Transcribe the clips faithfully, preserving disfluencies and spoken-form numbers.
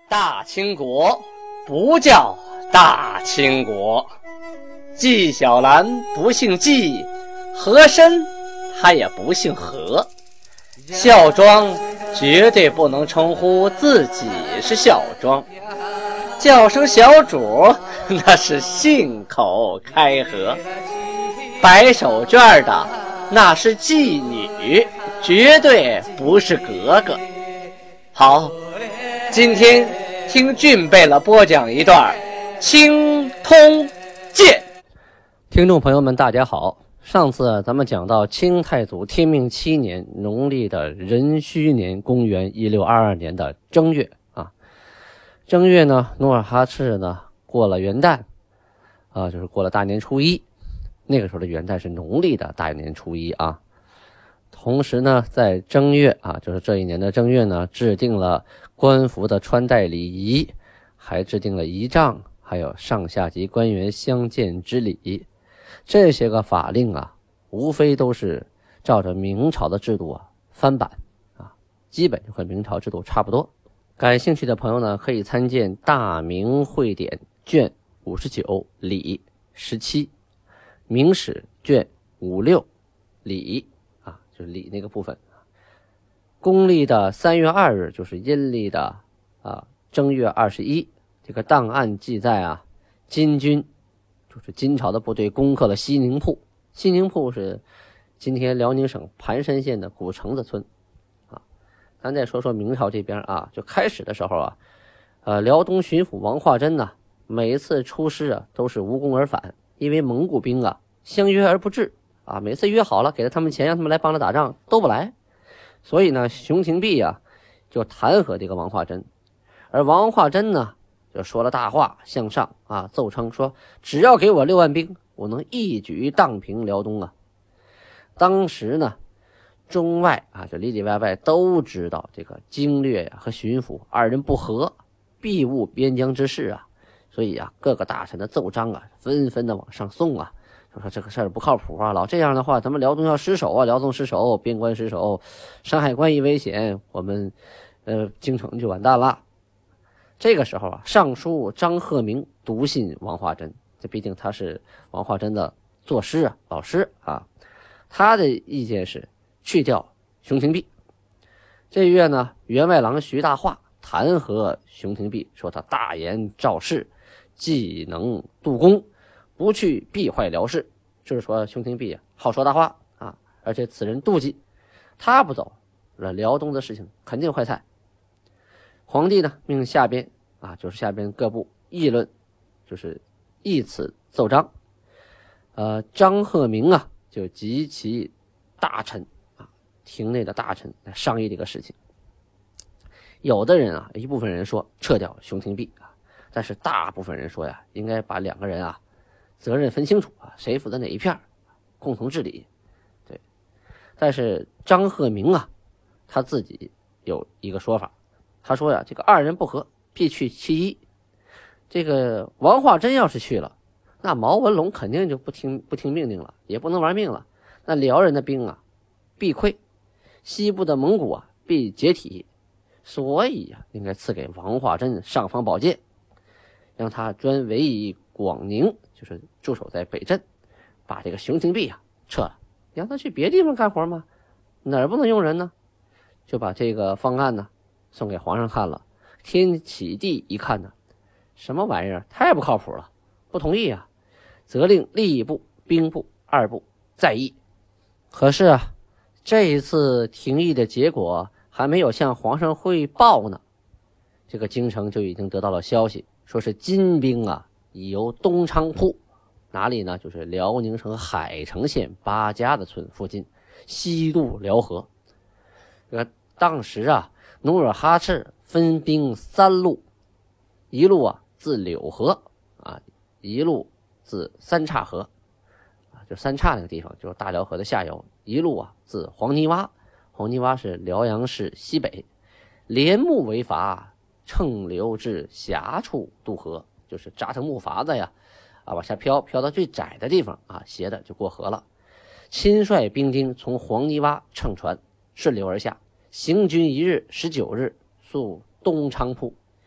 大清国不叫大清国，纪晓岚不姓纪，和珅他也不姓和。孝庄绝对不能称呼自己是孝庄，叫声小主那是信口开河。摆手绢的那是妓女，绝对不是格格。好，今天听俊贝勒播讲一段《青通剑》。听众朋友们大家好，上次咱们讲到清太祖天命七年农历的壬戌年，公元一六二二年的正月啊。正月呢，努尔哈赤呢过了元旦啊，就是过了大年初一。那个时候的元旦是农历的大年初一啊。同时呢，在正月啊，就是这一年的正月呢，制定了官服的穿戴礼仪，还制定了仪仗，还有上下级官员相见之礼。这些个法令啊，无非都是照着明朝的制度啊翻版啊，基本就和明朝制度差不多。感兴趣的朋友呢，可以参见《大明会典》卷五十九礼十七，明史卷五六礼啊，就是礼那个部分。公历的三月二日就是阴历的啊正月二十一，这个档案记载啊，金军就是金朝的部队攻克了西宁铺。西宁铺是今天辽宁省盘山县的古城子村啊。咱再说说明朝这边啊，就开始的时候啊，呃，辽东巡抚王化贞呢，每次出师啊都是无功而返，因为蒙古兵啊相约而不至啊，每次约好了给了他们钱让他们来帮着打仗都不来，所以呢熊廷弼啊就弹劾这个王化贞，而王化贞呢就说了大话向上啊，奏称说只要给我六万兵，我能一举荡平辽东啊。当时呢中外啊，就里里外外都知道这个经略呀、啊、和巡抚二人不和，必误边疆之事啊，所以啊各个大臣的奏章啊纷纷的往上送啊，就说这个事儿不靠谱啊，老这样的话咱们辽东要失守啊，辽东失守，边关失守，山海关一危险，我们呃京城就完蛋了。这个时候啊，尚书张鹤鸣笃信王化贞，这毕竟他是王化贞的作师啊老师啊，他的意见是去掉熊廷弼。这月呢，员外郎徐大化弹劾熊廷弼，说他大言肇事，既能杜公，不去必坏辽事。就是说熊廷弼啊好说大话啊，而且此人妒忌，他不走，那辽东的事情肯定坏菜。皇帝呢命下边啊，就是下边各部议论，就是议此奏章。呃，张鹤鸣啊就集其大臣啊，廷内的大臣来商议这个事情。有的人啊，一部分人说撤掉熊廷弼啊，但是大部分人说呀，应该把两个人啊责任分清楚啊，谁负责哪一片，共同治理。对，但是张鹤鸣啊，他自己有一个说法，他说呀，这个二人不和，必去其一。这个王化贞要是去了，那毛文龙肯定就不听不听命令了，也不能玩命了。那辽人的兵啊必溃，西部的蒙古啊必解体，所以呀、啊，应该赐给王化贞尚方宝剑，让他专委以广宁，就是驻守在北镇，把这个熊廷弼啊撤了，让他去别地方干活吗？哪儿不能用人呢？就把这个方案呢送给皇上看了。天启帝一看呢，什么玩意儿，太不靠谱了，不同意啊，责令吏部、兵部二部再议。可是啊，这一次廷议的结果还没有向皇上汇报呢，这个京城就已经得到了消息，说是金兵啊已由东昌铺，哪里呢，就是辽宁省海城县八家的村附近西渡辽河。这个当时啊，努尔哈赤分兵三路，一路啊自柳河啊，一路自三岔河啊，就三岔那个地方就是大辽河的下游，一路啊自黄泥洼，黄泥洼是辽阳市西北，连木为筏，乘流至峡处渡河，就是扎成木筏子呀啊往下飘，飘到最窄的地方啊，斜的就过河了。亲率兵丁从黄泥洼乘船顺流而下，行军一日，十九日宿东昌铺，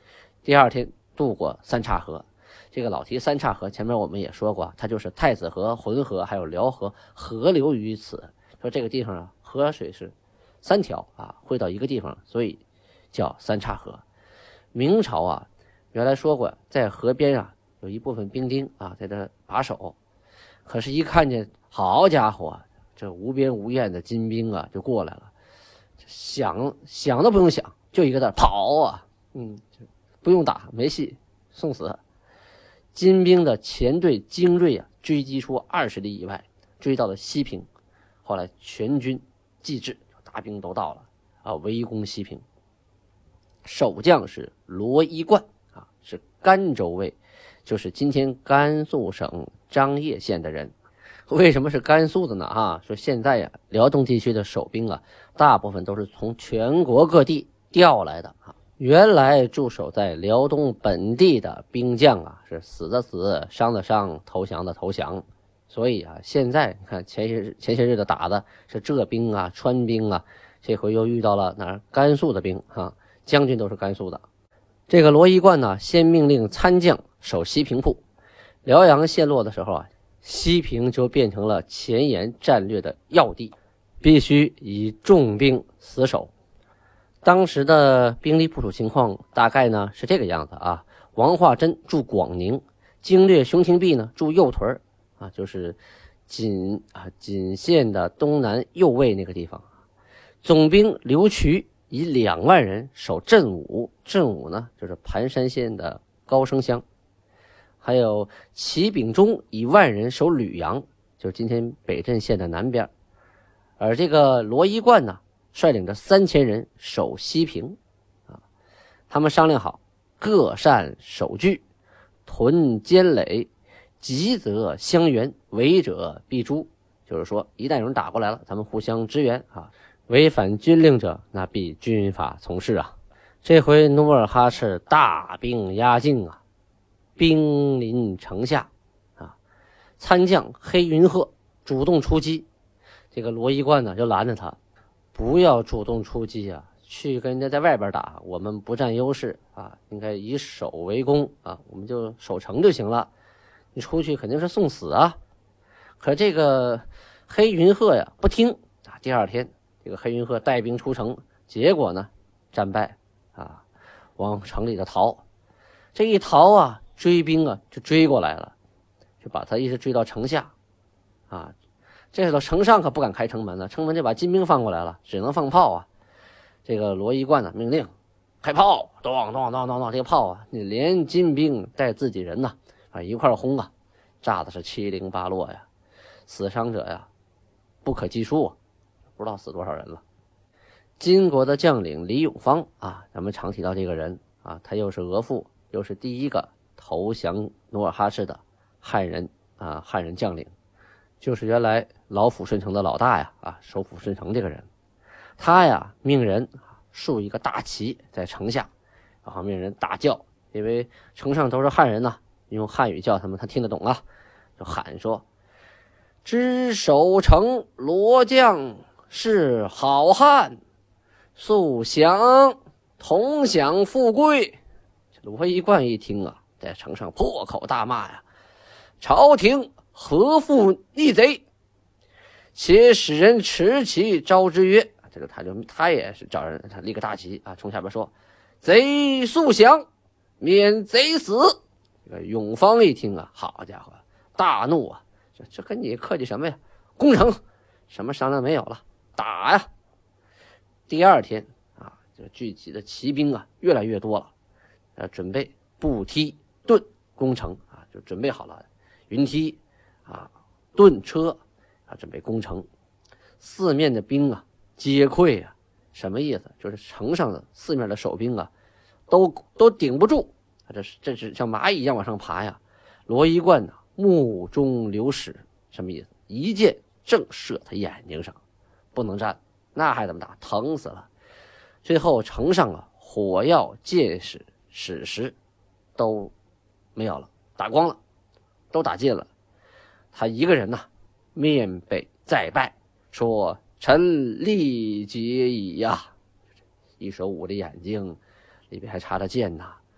第二天渡过三岔河。这个老提三岔河，前面我们也说过，它就是太子河、浑河还有辽河合流于此。说这个地方啊，河水是三条啊，汇到一个地方，所以叫三岔河。明朝啊，原来说过，在河边啊有一部分兵丁啊在这把守，可是一看见好家伙，这无边无沿的金兵啊就过来了，想想都不用想，就一个字跑啊，嗯，不用打，没戏，送死。金兵的前队精锐啊，追击出二十里以外，追到了西平。后来全军既至，大兵都到了啊，围攻西平。守将是罗一贯啊，是甘州卫，就是今天甘肃省张掖县的人。为什么是甘肃的呢？啊，说现在呀、啊，辽东地区的守兵啊，大部分都是从全国各地调来的啊。原来驻守在辽东本地的兵将啊，是死的死，伤的伤，投降的投降。所以啊，现在你看前些日前些日子打的是浙兵啊、川兵啊，这回又遇到了哪儿？甘肃的兵啊，将军都是甘肃的。这个罗一贯呢，先命令参将守西平铺。辽阳陷落的时候啊，西平就变成了前沿战略的要地，必须以重兵死守。当时的兵力部署情况大概呢是这个样子啊，王化贞驻广宁，经略熊廷弼呢驻右屯啊，就是锦啊锦县的东南右卫那个地方。总兵刘渠以两万人守镇武，镇武呢就是盘山县的高升乡。还有齐秉忠以万人守吕阳，就是今天北镇县的南边。而这个罗一贯呢，率领着三千人守西平啊。他们商量好，各擅守据，屯坚垒，急则相援，违者必诛。就是说一旦有人打过来了，咱们互相支援啊，违反军令者那必军法从事啊。这回努尔哈赤大兵压境啊，兵临城下啊，参将黑云鹤主动出击。这个罗一贯呢就拦着他，不要主动出击啊，去跟人家在外边打，我们不占优势啊，应该以守为攻啊，我们就守城就行了，你出去肯定是送死啊。可这个黑云鹤呀不听啊，第二天这个黑云鹤带兵出城，结果呢战败啊，往城里头逃。这一逃啊，追兵啊就追过来了，就把他一直追到城下啊。这时候城上可不敢开城门了，城门就把金兵放过来了，只能放炮啊。这个罗一贯呢命令开炮，咚咚咚咚咚，这个炮啊，你连金兵带自己人呐啊一块轰啊，炸的是七零八落呀，死伤者呀不可计数啊，不知道死多少人了。金国的将领李永芳啊，咱们常提到这个人啊，他又是额驸，又是第一个投降努尔哈赤的汉人啊，汉人将领，就是原来老抚顺城的老大呀啊，守抚顺城这个人。他呀命人竖一个大旗在城下，然后命人大叫，因为城上都是汉人呐、啊，用汉语叫他们，他听得懂啊，就喊说：知守城罗将是好汉，素享同享富贵。罗一贯一听啊，在城上破口大骂呀：朝廷何负逆贼，且使人持旗招之曰，这个他就他也是找人，他立个大旗啊，从下边说：贼速降，免贼死。这个永芳一听啊，好家伙，大怒啊，这这跟你客气什么呀？攻城，什么商量没有了，打呀！第二天啊，这聚集的骑兵啊越来越多了，呃，准备步梯盾攻城啊，就准备好了云梯啊、盾车啊，准备攻城。四面的兵啊皆溃啊，什么意思？就是城上的四面的守兵啊，都都顶不住，这是这是像蚂蚁一样往上爬呀。罗一贯呢，目中流矢，什么意思？一箭正射他眼睛上，不能战，那还怎么打？疼死了。最后城上啊，火药、箭矢、矢石都没有了，打光了，都打尽了。他一个人呐、啊，面北再拜，说：臣力竭矣呀！一手捂着眼睛，里边还插着剑呐。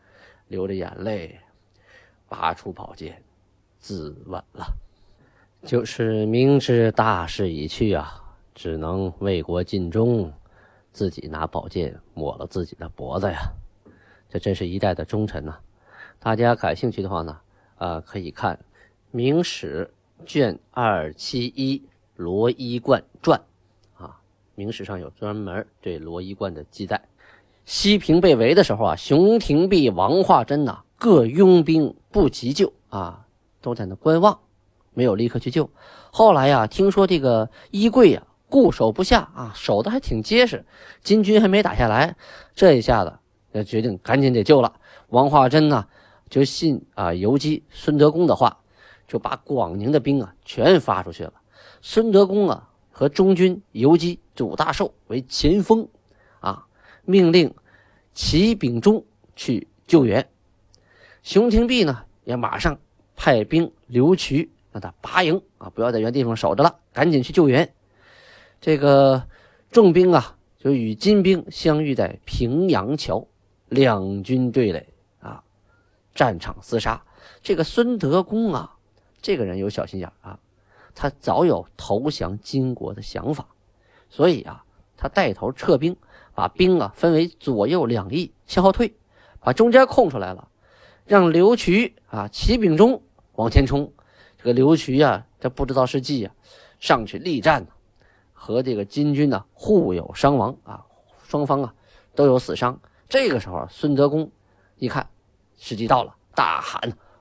流着眼泪，拔出宝剑，自刎了。就是明知大势已去啊，只能为国尽忠，自己拿宝剑抹了自己的脖子呀。这真是一代的忠臣呐、啊！大家感兴趣的话呢，呃，可以看《明史》卷二七一罗衣冠传啊，明史上有专门对罗衣冠的记载。西平被围的时候啊，熊廷弼、王化贞呐、啊，各拥兵不急救啊，都在那观望，没有立刻去救。后来呀、啊，听说这个衣贵呀、啊、固守不下啊，守的还挺结实，金军还没打下来，这一下子就决定赶紧得救了。王化贞呢，就信啊游击孙德公的话，就把广宁的兵啊全发出去了。孙德公啊和中军游击祖大寿为前锋啊，命令齐秉忠去救援。熊廷弼呢也马上派兵刘渠让他拔营啊，不要在原地方守着了，赶紧去救援。这个重兵啊就与金兵相遇在平阳桥，两军对垒啊，战场厮杀。这个孙德公啊，这个人有小心眼啊，他早有投降金国的想法，所以啊，他带头撤兵，把兵啊分为左右两翼向后退，把中间空出来了，让刘渠啊、齐秉忠往前冲。这个刘渠啊，这不知道是计啊，上去力战，和这个金军呢、啊、互有伤亡啊，双方啊都有死伤。这个时候，孙德公一看时机到了，大喊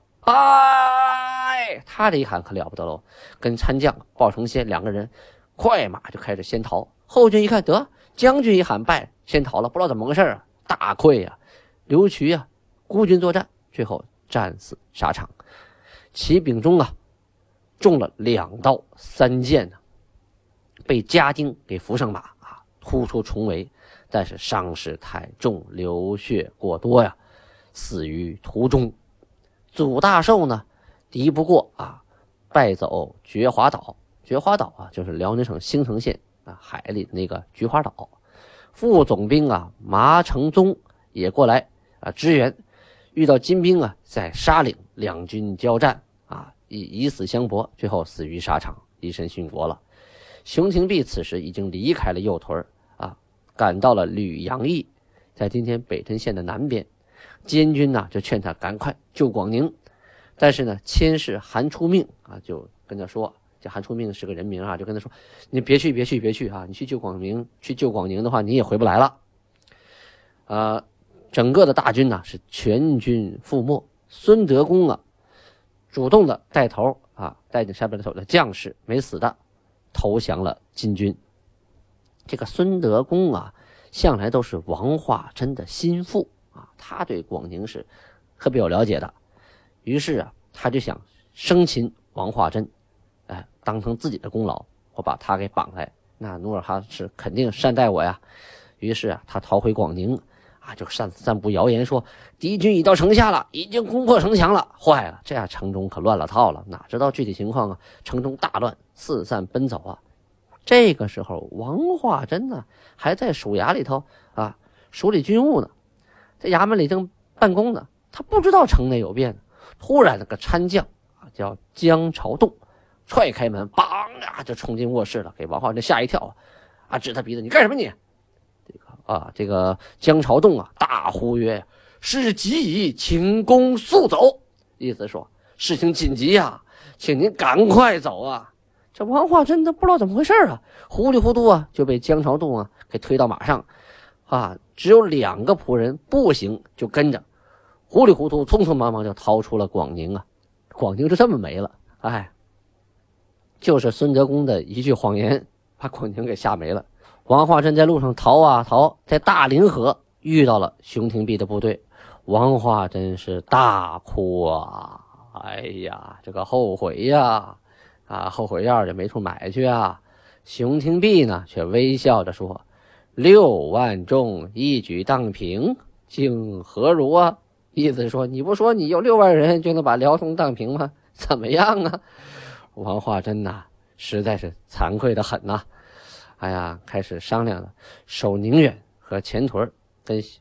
拜！他这一喊可了不得喽，跟参将鲍承先两个人快马就开始先逃。后军一看，得将军一喊拜，先逃了，不知道怎么回事啊，大溃啊！刘渠啊孤军作战，最后战死沙场。齐秉忠啊中了两刀三箭呢、啊，被家丁给扶上马啊，突出重围，但是伤势太重，流血过多呀，死于途中。祖大寿呢敌不过啊，败走菊花岛。菊花岛啊就是辽宁省兴城县啊海里的那个菊花岛。副总兵啊麻承宗也过来啊支援，遇到金兵啊在沙岭，两军交战啊，以以死相搏，最后死于沙场，以身殉国了。熊廷弼此时已经离开了右屯啊，赶到了吕阳驿，在今天北辰县的南边。监军呢就劝他赶快救广宁，但是呢佥事韩初命啊就跟他说，这韩初命是个人名啊，就跟他说你别去别去别去啊，你去救广宁去救广宁的话你也回不来了。呃整个的大军呢是全军覆没。孙德公啊主动的带头啊，带着下边的头的将士没死的投降了金军。这个孙德公啊向来都是王化贞的心腹啊，他对广宁是特别有了解的，于是啊他就想生擒王化贞，哎，当成自己的功劳，我把他给绑来，那努尔哈赤肯定善待我呀。于是啊他逃回广宁啊，就散散布谣言说敌军已到城下了，已经攻破城墙了。坏了，这样城中可乱了套了，哪知道具体情况啊，城中大乱，四散奔走啊。这个时候王化贞呢还在署衙里头啊处理军务呢，在衙门里正办公呢，他不知道城内有变。突然那个参将啊叫江朝栋踹开门，梆啊就冲进卧室了，给王化贞吓一跳啊，指他鼻子，你干什么你？这个啊这个江朝栋啊大呼曰，事急矣，请公速走。意思说事情紧急啊，请您赶快走啊。这王化贞都不知道怎么回事啊，糊里糊涂啊就被江朝栋啊给推到马上啊，只有两个仆人步行就跟着，糊里糊涂匆匆忙忙就逃出了广宁啊。广宁就这么没了，哎，就是孙德公的一句谎言把广宁给吓没了。王化贞在路上逃啊逃，在大凌河遇到了熊廷弼的部队，王化贞是大哭啊，哎呀这个后悔呀啊，后悔药也没处买去啊。熊廷弼呢却微笑着说，六万众一举荡平，竟何如啊？意思是说，你不说你有六万人就能把辽东荡平吗？怎么样啊？王化贞呐实在是惭愧的很呐、啊、哎呀，开始商量了，守宁远和前屯跟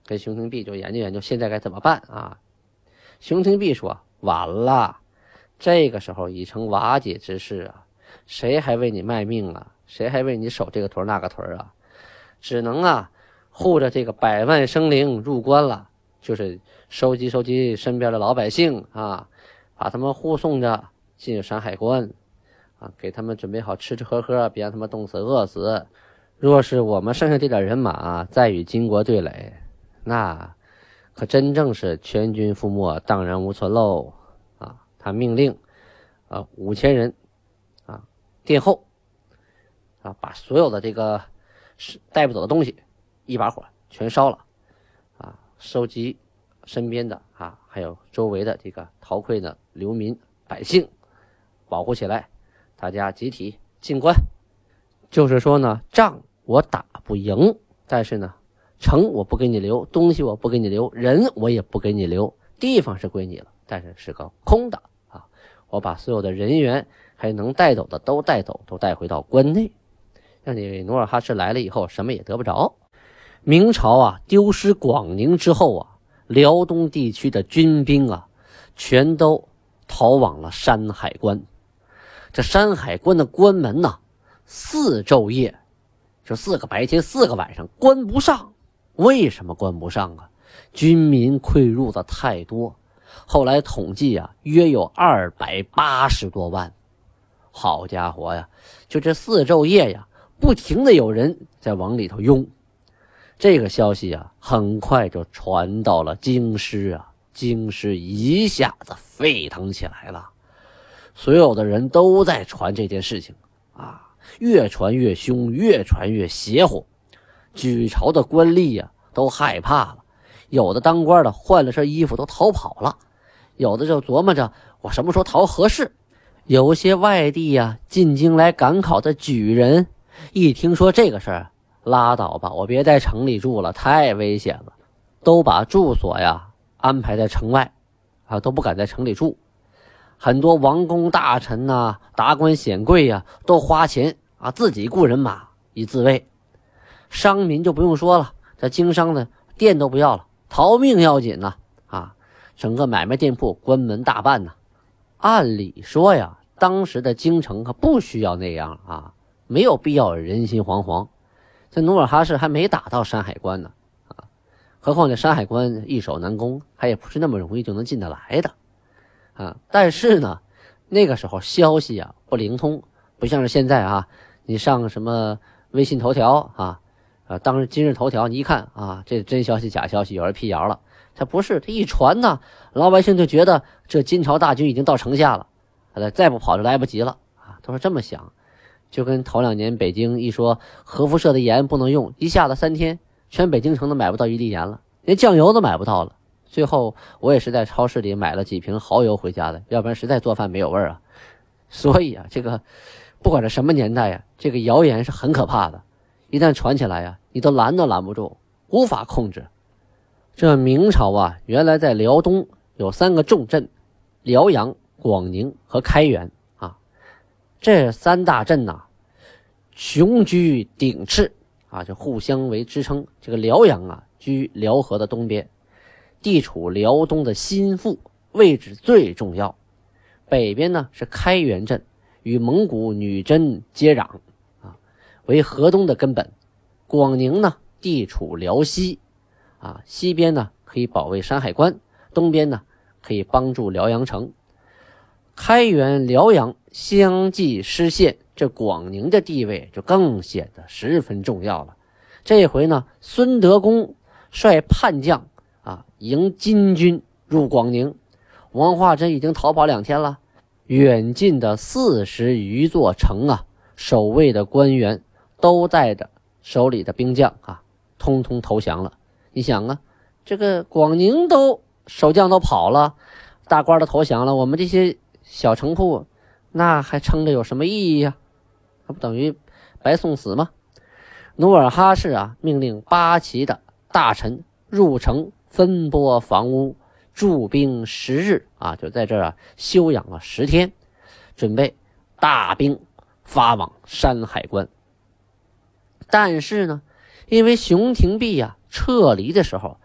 跟熊廷弼就研究研究现在该怎么办啊。熊廷弼说晚了，这个时候已成瓦解之势啊，谁还为你卖命啊，谁还为你守这个屯那个屯啊，只能啊护着这个百万生灵入关了，就是收集收集身边的老百姓啊，把他们护送着进山海关啊，给他们准备好吃吃喝喝，别让他们冻死饿死。若是我们剩下这点人马啊再与金国对垒，那可真正是全军覆没，荡然无存喽啊！他命令啊五千人啊殿后啊，把所有的这个带不走的东西一把火全烧了啊，收集身边的啊还有周围的这个逃溃的流民百姓，保护起来，大家集体进关。就是说呢，仗我打不赢，但是呢城我不给你留，东西我不给你留，人我也不给你留，地方是归你了，但是是个空的啊！我把所有的人员还能带走的都带走，都带回到关内，让你努尔哈赤来了以后什么也得不着。明朝啊丢失广宁之后啊，辽东地区的军兵啊全都逃往了山海关。这山海关的关门呢、啊、四昼夜，就四个白天四个晚上关不上。为什么关不上啊？军民溃入的太多，后来统计啊约有二百八十多万。好家伙呀，就这四昼夜呀不停的有人在往里头涌。这个消息啊很快就传到了京师啊，京师一下子沸腾起来了，所有的人都在传这件事情啊，越传越凶，越传越邪乎。举朝的官吏啊都害怕了，有的当官的换了身衣服都逃跑了，有的就琢磨着我什么时候逃合适。有些外地啊进京来赶考的举人一听说这个事儿，拉倒吧，我别在城里住了，太危险了，都把住所呀安排在城外啊，都不敢在城里住。很多王公大臣呐、啊、达官显贵呀、啊、都花钱啊自己雇人马以自卫。商民就不用说了，这经商的店都不要了，逃命要紧呐 啊, 啊整个买卖店铺关门大半呐。按理说呀，当时的京城可不需要那样啊，没有必要人心惶惶。这努尔哈赤还没打到山海关呢啊，何况这山海关易守难攻，还也不是那么容易就能进得来的啊。但是呢，那个时候消息啊不灵通，不像是现在啊，你上什么微信头条啊。啊，当时今日头条你一看啊，这真消息假消息，有人辟谣了。他不是，这一传呢，老百姓就觉得这金朝大军已经到城下了，再不跑就来不及了啊，都是这么想。就跟头两年北京一说核辐射的盐不能用，一下子三天全北京城都买不到一粒盐了，连酱油都买不到了。最后我也是在超市里买了几瓶蚝油回家的，要不然实在做饭没有味儿啊。所以啊，这个不管是什么年代啊，这个谣言是很可怕的。一旦传起来呀、啊，你都拦都拦不住，无法控制。这明朝啊，原来在辽东有三个重镇，辽阳、广宁和开原啊。这三大镇呐、啊，雄居鼎峙啊，就互相为支撑。这个辽阳啊，居辽河的东边，地处辽东的心腹，位置最重要。北边呢是开原镇，与蒙古女真接壤。为河东的根本。广宁呢地处辽西啊，西边呢可以保卫山海关，东边呢可以帮助辽阳城。开原、辽阳相继失陷，这广宁的地位就更显得十分重要了。这回呢，孙德公率叛将啊迎金军入广宁，王化贞已经逃跑两天了，远近的四十余座城啊，守卫的官员都带着手里的兵将啊，通通投降了。你想啊，这个广宁都守将都跑了，大官都投降了，我们这些小城铺那还撑着有什么意义呀、啊？那不等于白送死吗？努尔哈赤啊，命令八旗的大臣入城分拨房屋，驻兵十日啊，就在这儿啊休养了十天，准备大兵发往山海关。但是呢，因为熊廷弼啊撤离的时候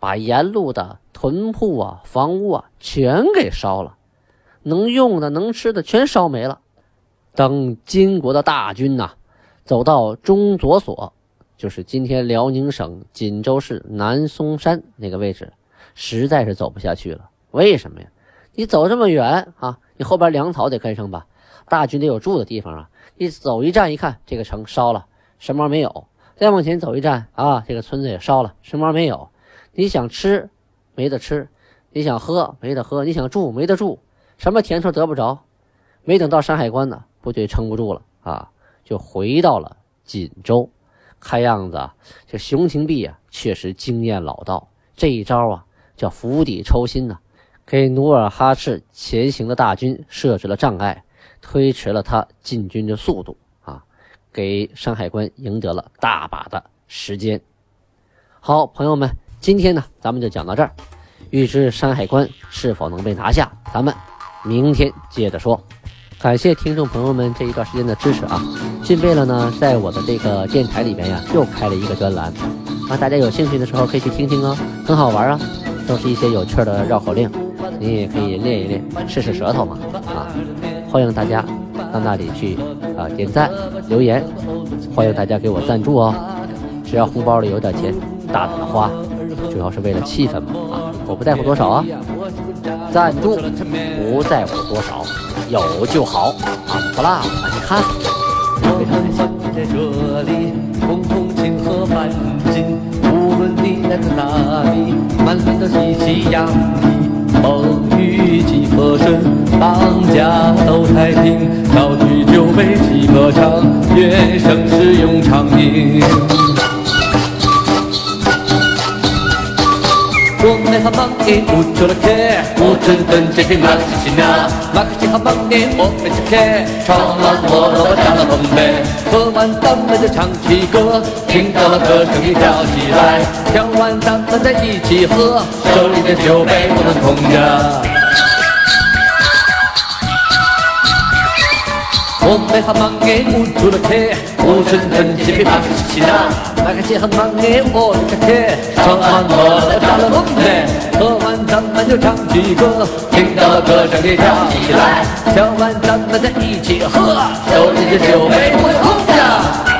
把沿路的屯铺啊、房屋啊全给烧了，能用的、能吃的全烧没了。等金国的大军呐、啊，走到中左所，就是今天辽宁省锦州市南松山那个位置，实在是走不下去了。为什么呀？你走这么远啊，你后边粮草得跟上吧，大军得有住的地方啊。你走一站一看，这个城烧了，什么没有。再往前走一站啊，这个村子也烧了，什么没有。你想吃没得吃，你想喝没得喝，你想住没得住，什么甜头得不着。没等到山海关呢，部队撑不住了啊，就回到了锦州。看样子啊，这熊廷弼啊确实经验老道，这一招啊叫釜底抽薪呢、啊，给努尔哈赤前行的大军设置了障碍，推迟了他进军的速度啊，给山海关赢得了大把的时间。好，朋友们，今天呢咱们就讲到这儿。欲知山海关是否能被拿下，咱们明天接着说。感谢听众朋友们这一段时间的支持啊！俊贝勒呢，在我的这个电台里边呀，又开了一个专栏啊，大家有兴趣的时候可以去听听哦，很好玩啊，都是一些有趣的绕口令，你也可以练一练，试试舌头嘛啊！欢迎大家到那里去啊点赞留言，欢迎大家给我赞助哦，只要红包里有点钱，大胆的花，主要是为了气氛嘛啊！我不在乎多少啊，赞助不在乎多少。有就好啊！不啦，你看，非常开心。在这里，共同庆贺欢庆，无论你来自哪里，满脸都喜气洋溢，风雨几何顺，大家都太平，高举酒杯齐歌唱，愿盛世永长宁。오늘 한 방에 우쭐하게 우쭐든 제비 막히시나 막히지 한 방에 오래지게 정말 멀어가 잘라본데喝完咱们就唱起歌听到了歌声一跳起来跳完咱们再一起喝手里的酒杯不能空着오늘 한 방에 우쭐하게 우쭐든 제비 막히시나 막히지 한 방에 오래지게 정말 멀어가 잘라본데喝完咱们就唱起歌听到了歌声一跳起来跳完咱们再一起喝手里的酒杯不能空着